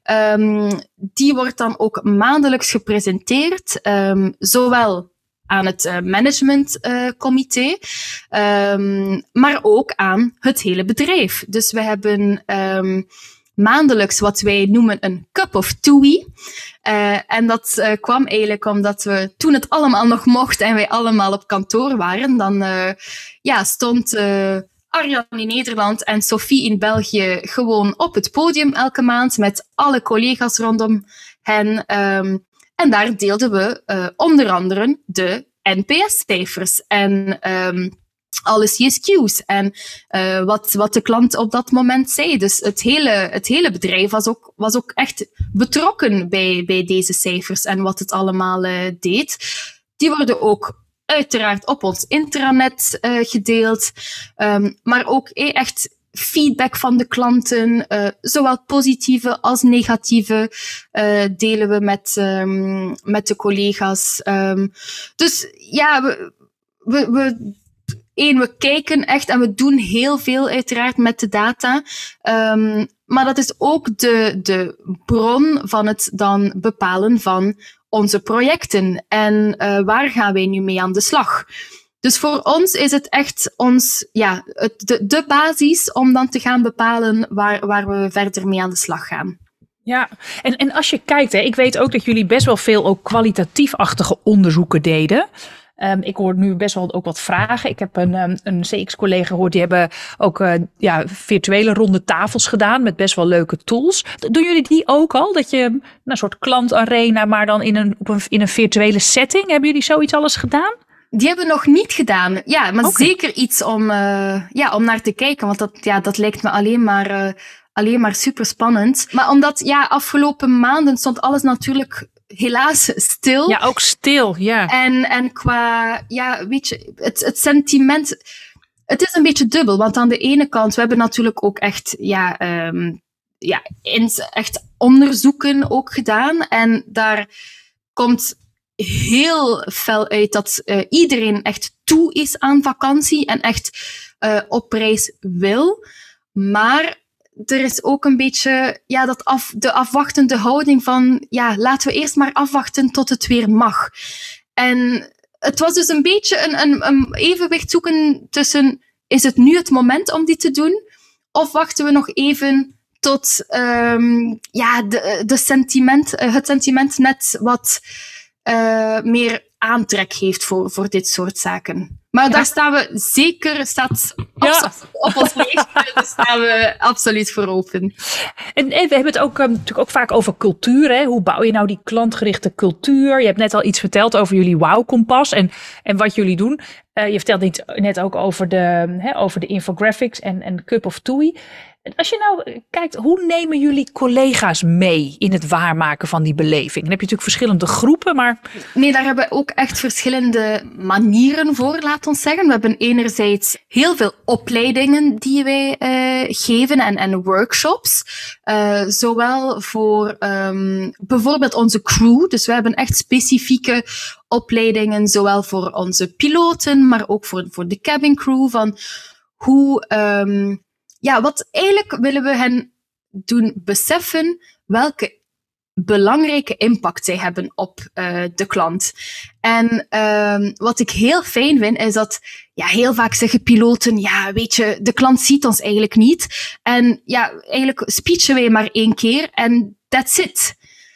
Um, die wordt dan ook maandelijks gepresenteerd, um, zowel aan het uh, managementcomité, uh, um, maar ook aan het hele bedrijf. Dus we hebben um, maandelijks wat wij noemen een cup of twoey. Uh, en dat uh, kwam eigenlijk omdat we, toen het allemaal nog mocht en wij allemaal op kantoor waren, dan uh, ja, stond uh, Arjan in Nederland en Sophie in België gewoon op het podium elke maand met alle collega's rondom hen. Um, en daar deelden we uh, onder andere de N P S-cijfers en um, alle C S Q's en uh, wat, wat de klant op dat moment zei. Dus het hele, het hele bedrijf was ook, was ook echt betrokken bij, bij deze cijfers en wat het allemaal uh, deed. Die worden ook uiteraard op ons intranet uh, gedeeld, um, maar ook eh, echt feedback van de klanten, uh, zowel positieve als negatieve, uh, delen we met, um, met de collega's. Um, dus ja, we, we, we Eén, we kijken echt en we doen heel veel uiteraard met de data. Um, maar dat is ook de, de bron van het dan bepalen van onze projecten. En uh, waar gaan wij nu mee aan de slag? Dus voor ons is het echt ons, ja, het, de, de basis om dan te gaan bepalen waar, waar we verder mee aan de slag gaan. Ja, en, en als je kijkt, hè, ik weet ook dat jullie best wel veel ook kwalitatief-achtige onderzoeken deden. Um, ik hoor nu best wel ook wat vragen. Ik heb een, um, een C X-collega gehoord, die hebben ook uh, ja, virtuele ronde tafels gedaan met best wel leuke tools. Doen jullie die ook al? Dat je een soort klantarena, maar dan in een, op een, in een virtuele setting? Hebben jullie zoiets alles gedaan? Die hebben we nog niet gedaan. Ja, maar Okay. Zeker iets om, uh, ja, om naar te kijken. Want dat, ja, dat lijkt me alleen maar, uh, alleen maar super spannend. Maar omdat ja, afgelopen maanden stond alles natuurlijk helaas stil. Ja, ook stil, ja. En, en qua, ja, weet je, het, het sentiment, het is een beetje dubbel. Want aan de ene kant, we hebben natuurlijk ook echt, ja, um, ja echt onderzoeken ook gedaan. En daar komt heel fel uit dat uh, iedereen echt toe is aan vakantie en echt uh, op reis wil. Maar er is ook een beetje ja, dat af, de afwachtende houding van ja, laten we eerst maar afwachten tot het weer mag. En het was dus een beetje een, een, een evenwicht zoeken tussen is het nu het moment om dit te doen of wachten we nog even tot um, ja, de, de sentiment, het sentiment net wat uh, meer aantrek heeft voor, voor dit soort zaken. Maar ja. Daar staan we zeker, staat ja. op ons lijstje, daar staan we absoluut voor open. En, en we hebben het ook um, natuurlijk ook vaak over cultuur. Hè? Hoe bouw je nou die klantgerichte cultuur? Je hebt net al iets verteld over jullie Wow-kompas en, en wat jullie doen. Uh, je vertelde net ook over de, hè, over de infographics en, en Cup of Twoey. Als je nou kijkt, hoe nemen jullie collega's mee in het waarmaken van die beleving? Dan heb je natuurlijk verschillende groepen, maar... Nee, daar hebben we ook echt verschillende manieren voor, laat ons zeggen. We hebben enerzijds heel veel opleidingen die wij uh, geven en, en workshops. Uh, zowel voor um, bijvoorbeeld onze crew. Dus we hebben echt specifieke opleidingen, zowel voor onze piloten, maar ook voor, voor de cabin crew. Van hoe... Um, Ja, wat eigenlijk willen we hen doen beseffen welke belangrijke impact zij hebben op uh, de klant. En uh, wat ik heel fijn vind, is dat ja, heel vaak zeggen piloten, ja, weet je, de klant ziet ons eigenlijk niet. En ja, eigenlijk speechen wij maar één keer en that's it.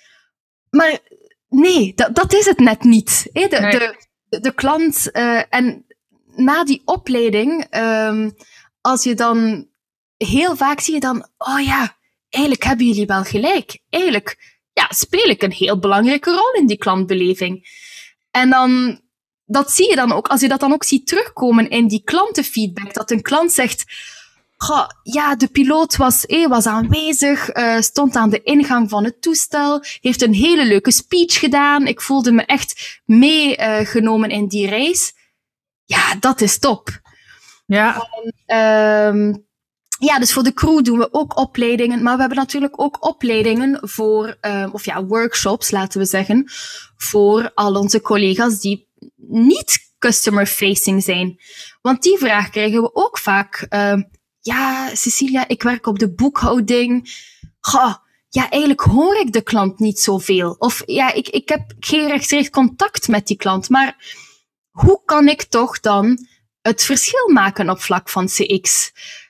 Maar nee, dat, dat is het net niet. Hè? De, nee. de, de, de klant, uh, en na die opleiding, um, als je dan heel vaak zie je dan, oh ja, eigenlijk hebben jullie wel gelijk. Eigenlijk ja, speel ik een heel belangrijke rol in die klantbeleving. En dan, dat zie je dan ook, als je dat dan ook ziet terugkomen in die klantenfeedback, dat een klant zegt, goh, ja, de piloot was, eh, was aanwezig, uh, stond aan de ingang van het toestel, heeft een hele leuke speech gedaan, ik voelde me echt meegenomen uh, in die reis. Ja, dat is top. Ja. En, um, Ja, dus voor de crew doen we ook opleidingen, maar we hebben natuurlijk ook opleidingen voor, uh, of ja, workshops, laten we zeggen, voor al onze collega's die niet customer-facing zijn. Want die vraag krijgen we ook vaak. Uh, ja, Cecilia, ik werk op de boekhouding. Goh, ja, eigenlijk hoor ik de klant niet zoveel. Of ja, ik, ik heb geen rechtstreeks contact met die klant, maar hoe kan ik toch dan het verschil maken op vlak van C X?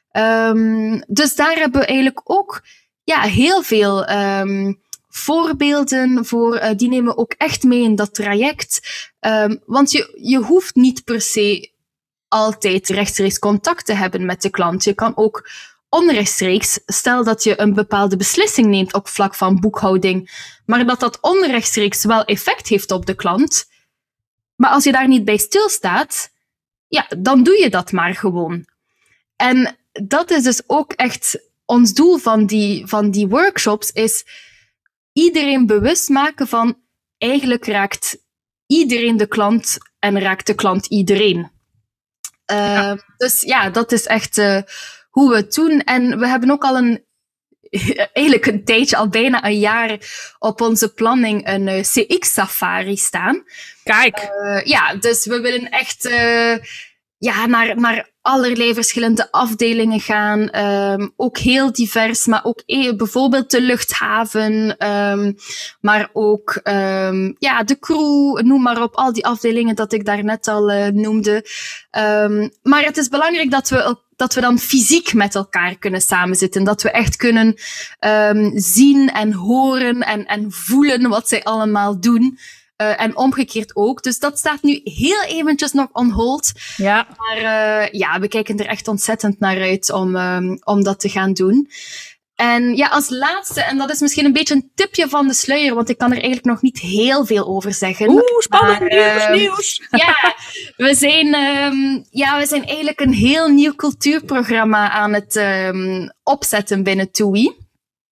Um, dus daar hebben we eigenlijk ook ja, heel veel um, voorbeelden voor. Uh, die nemen we ook echt mee in dat traject. Um, want je, je hoeft niet per se altijd rechtstreeks contact te hebben met de klant. Je kan ook onrechtstreeks, stel dat je een bepaalde beslissing neemt op vlak van boekhouding, maar dat dat onrechtstreeks wel effect heeft op de klant. Maar als je daar niet bij stilstaat, ja, dan doe je dat maar gewoon. En dat is dus ook echt ons doel van die, van die workshops, is iedereen bewust maken van eigenlijk raakt iedereen de klant en raakt de klant iedereen. Uh, ja. Dus ja, dat is echt uh, hoe we het doen. En we hebben ook al een, eigenlijk een tijdje, al bijna een jaar, op onze planning een uh, C X-safari staan. Kijk. Uh, ja, dus we willen echt uh, ja, naar, naar allerlei verschillende afdelingen gaan. Um, ook heel divers, maar ook e- bijvoorbeeld de luchthaven, um, maar ook um, ja, de crew, noem maar op, al die afdelingen dat ik daarnet al uh, noemde. Um, maar het is belangrijk dat we, dat we dan fysiek met elkaar kunnen samenzitten. Dat we echt kunnen um, zien en horen en, en voelen wat zij allemaal doen. Uh, en omgekeerd ook. Dus dat staat nu heel eventjes nog on hold. Ja. Maar uh, ja, we kijken er echt ontzettend naar uit om, um, om dat te gaan doen. En ja, als laatste, en dat is misschien een beetje een tipje van de sluier, want ik kan er eigenlijk nog niet heel veel over zeggen. Oeh, spannend maar, nieuws, uh, nieuws. Ja, we zijn, um, ja, we zijn eigenlijk een heel nieuw cultuurprogramma aan het um, opzetten binnen T U I.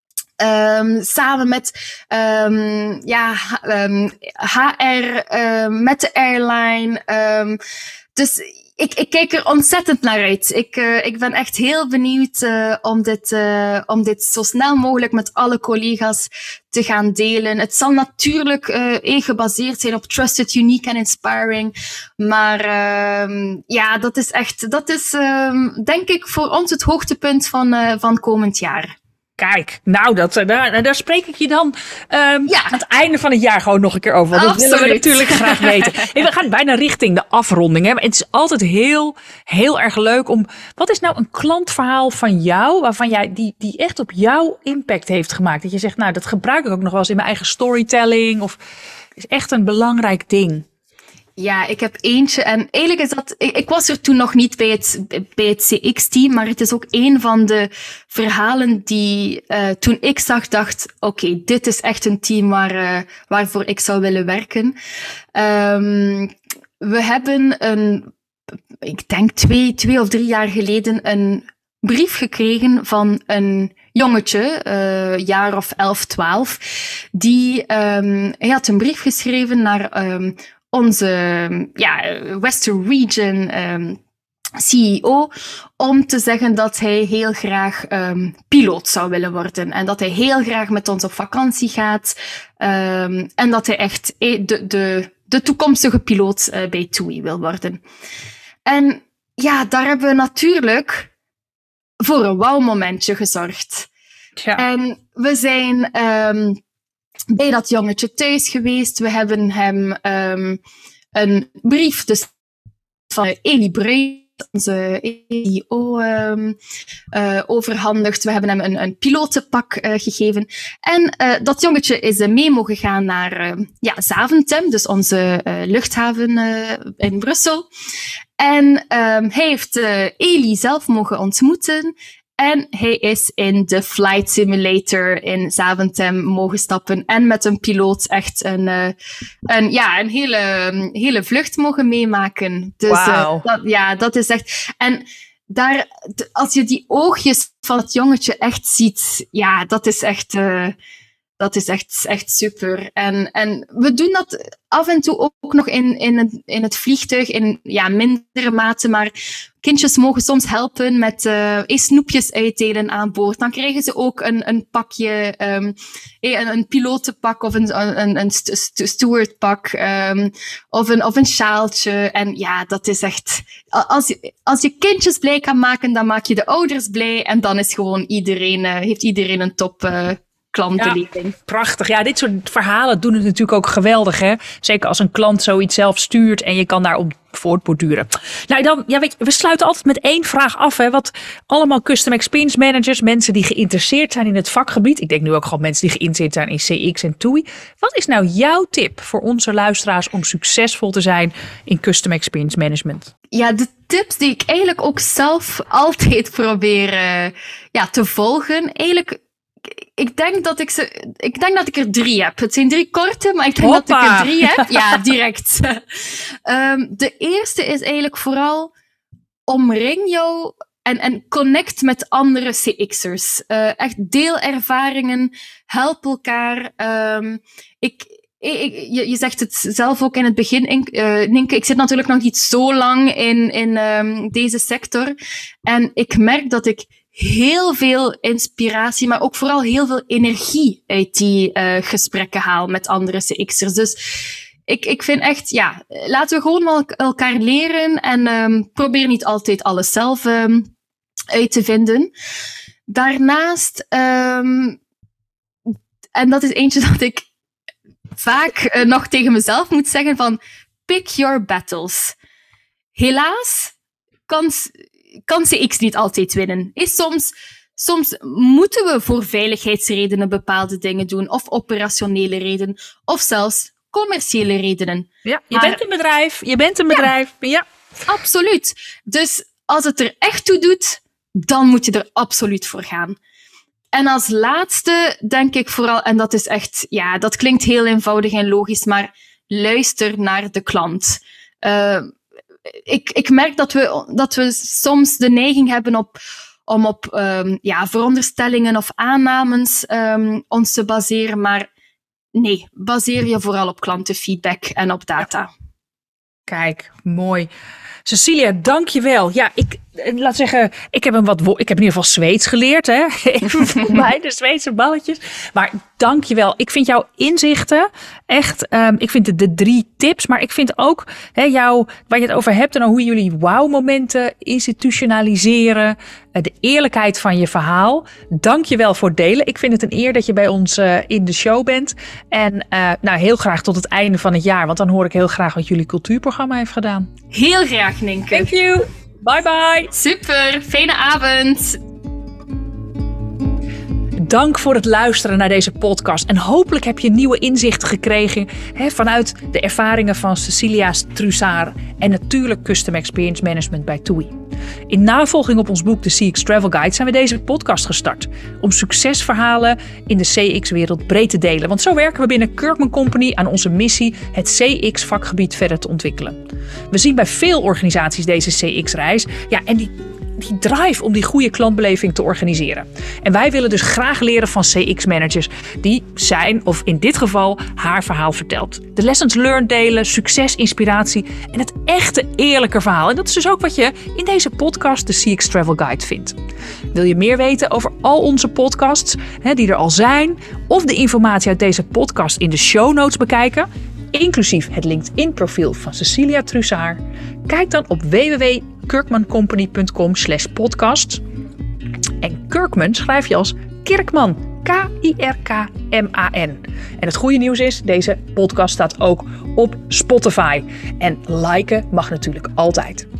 Um, samen met um, ja, um, H R, um, met de airline. Um, dus ik, ik kijk er ontzettend naar uit. Ik, uh, ik ben echt heel benieuwd uh, om, dit, uh, om dit zo snel mogelijk met alle collega's te gaan delen. Het zal natuurlijk uh, gebaseerd zijn op Trusted, Unique en Inspiring. Maar uh, ja, dat is echt, dat is uh, denk ik voor ons het hoogtepunt van, uh, van komend jaar. Kijk, nou, dat, daar, daar spreek ik je dan um, ja. aan het einde van het jaar gewoon nog een keer over. Want Absoluut. dat willen we natuurlijk graag weten. Hey, we gaan bijna richting de afronding. Hè? Maar het is altijd heel, heel erg leuk om... Wat is nou een klantverhaal van jou, waarvan jij die, die echt op jou impact heeft gemaakt? Dat je zegt, nou, dat gebruik ik ook nog wel eens in mijn eigen storytelling. Of is echt een belangrijk ding. Ja, ik heb eentje. En eigenlijk is dat... Ik, ik was er toen nog niet bij het, bij het C X-team, maar het is ook een van de verhalen die uh, toen ik zag, dacht, oké, okay, dit is echt een team waar, uh, waarvoor ik zou willen werken. Um, we hebben een, ik denk twee, twee of drie jaar geleden, een brief gekregen van een jongetje, uh, jaar of elf, twaalf, die, um, hij had een brief geschreven naar um, onze ja, Western Region um, C E O, om te zeggen dat hij heel graag um, piloot zou willen worden. En dat hij heel graag met ons op vakantie gaat. Um, en dat hij echt de, de, de toekomstige piloot uh, bij T U I wil worden. En ja, daar hebben we natuurlijk voor een wauw-momentje gezorgd. Ja. En we zijn... Um, bij dat jongetje thuis geweest. We hebben hem um, een brief dus van Elie Bruin, onze E O, um, uh, overhandigd. We hebben hem een, een pilotenpak uh, gegeven. En uh, dat jongetje is uh, mee mogen gaan naar uh, ja, Zaventem, dus onze uh, luchthaven uh, in Brussel. En um, hij heeft uh, Elie zelf mogen ontmoeten. En hij is in de Flight Simulator in Zaventem mogen stappen en met een piloot echt een, uh, een, ja, een hele, hele vlucht mogen meemaken. Dus Wauw. uh, dat, ja, dat is echt... En daar, als je die oogjes van het jongetje echt ziet, ja, dat is echt... Uh, Dat is echt, echt super. En, en we doen dat af en toe ook nog in, in, het, in het vliegtuig, in ja, mindere mate, maar kindjes mogen soms helpen met uh, snoepjes uitdelen aan boord. Dan krijgen ze ook een, een pakje, um, een, een pilotenpak of een, een, een st- stewardpak, um, of, een, of een sjaaltje. En ja, dat is echt... Als je, als je kindjes blij kan maken, dan maak je de ouders blij en dan is gewoon iedereen, uh, heeft iedereen een top... Uh, klantenleving. Ja, prachtig. Ja, dit soort verhalen doen het natuurlijk ook geweldig, hè? Zeker als een klant zoiets zelf stuurt en je kan daarop voortborduren. Nou, dan, ja, weet je, we sluiten altijd met één vraag af, hè? Wat allemaal custom experience managers, mensen die geïnteresseerd zijn in het vakgebied. Ik denk nu ook gewoon mensen die geïnteresseerd zijn in C X en T O E I. Wat is nou jouw tip voor onze luisteraars om succesvol te zijn in custom experience management? Ja, de tips die ik eigenlijk ook zelf altijd probeer uh, ja, te volgen. Eigenlijk Ik denk, dat ik, ze, ik denk dat ik er drie heb. Het zijn drie korte, maar ik denk Hoppa. dat ik er drie heb. Ja, direct. um, de eerste is eigenlijk vooral omring jou en, en connect met andere C X'ers. Uh, echt deel ervaringen, help elkaar. Um, ik, ik, je, je zegt het zelf ook in het begin, uh, Nienke. Ik zit natuurlijk nog niet zo lang in, in um, deze sector. En ik merk dat ik heel veel inspiratie, maar ook vooral heel veel energie uit die uh, gesprekken haal met andere C X'ers. Dus ik, ik vind echt, ja, laten we gewoon wel elkaar leren en um, probeer niet altijd alles zelf um, uit te vinden. Daarnaast, um, en dat is eentje dat ik vaak uh, nog tegen mezelf moet zeggen van, pick your battles. Helaas kan... kan C X niet altijd winnen. Is soms, soms moeten we voor veiligheidsredenen bepaalde dingen doen, of operationele redenen, of zelfs commerciële redenen. Ja, je maar, bent een bedrijf, je bent een bedrijf. Ja, ja, absoluut. Dus als het er echt toe doet, dan moet je er absoluut voor gaan. En als laatste denk ik vooral, en dat is echt, ja, dat klinkt heel eenvoudig en logisch, maar luister naar de klant. Uh, Ik, ik merk dat we, dat we soms de neiging hebben op, om op um, ja, veronderstellingen of aannames um, ons te baseren, maar nee, baseer je vooral op klantenfeedback en op data. Kijk, mooi. Cecilia, dank je wel. Ja, ik laat zeggen, ik heb een wat, ik heb in ieder geval Zweeds geleerd, hè? Even voor mij de Zweedse balletjes. Maar dank je wel. Ik vind jouw inzichten echt, um, ik vind de, de drie tips, maar ik vind ook, hè, jou, waar je het over hebt en hoe jullie wow-momenten institutionaliseren, de eerlijkheid van je verhaal. Dank je wel voor het delen. Ik vind het een eer dat je bij ons uh, in de show bent. En uh, nou, heel graag tot het einde van het jaar, want dan hoor ik heel graag wat jullie cultuurprogramma heeft gedaan. Heel graag, Nienke. Thank you. Bye bye. Super, fijne avond. Dank voor het luisteren naar deze podcast. En hopelijk heb je nieuwe inzichten gekregen hè, vanuit de ervaringen van Cecilia Trussard en natuurlijk Custom Experience Management bij T O E I. In navolging op ons boek The C X Travel Guide zijn we deze podcast gestart om succesverhalen in de C X-wereld breed te delen. Want zo werken we binnen Kirkman Company aan onze missie het C X-vakgebied verder te ontwikkelen. We zien bij veel organisaties deze C X-reis ja, en die die drive om die goede klantbeleving te organiseren. En wij willen dus graag leren van C X-managers die zijn, of in dit geval, haar verhaal vertelt. De lessons learned delen, succes, inspiratie en het echte eerlijke verhaal. En dat is dus ook wat je in deze podcast, de C X Travel Guide, vindt. Wil je meer weten over al onze podcasts hè, die er al zijn, of de informatie uit deze podcast in de show notes bekijken, inclusief het LinkedIn-profiel van Cecilia Trussard? Kijk dan op w w w punt kirkmancompany punt com slash podcast. En Kirkman schrijf je als Kirkman K I R K M A N. En het goede nieuws is, deze podcast staat ook op Spotify. En liken mag natuurlijk altijd.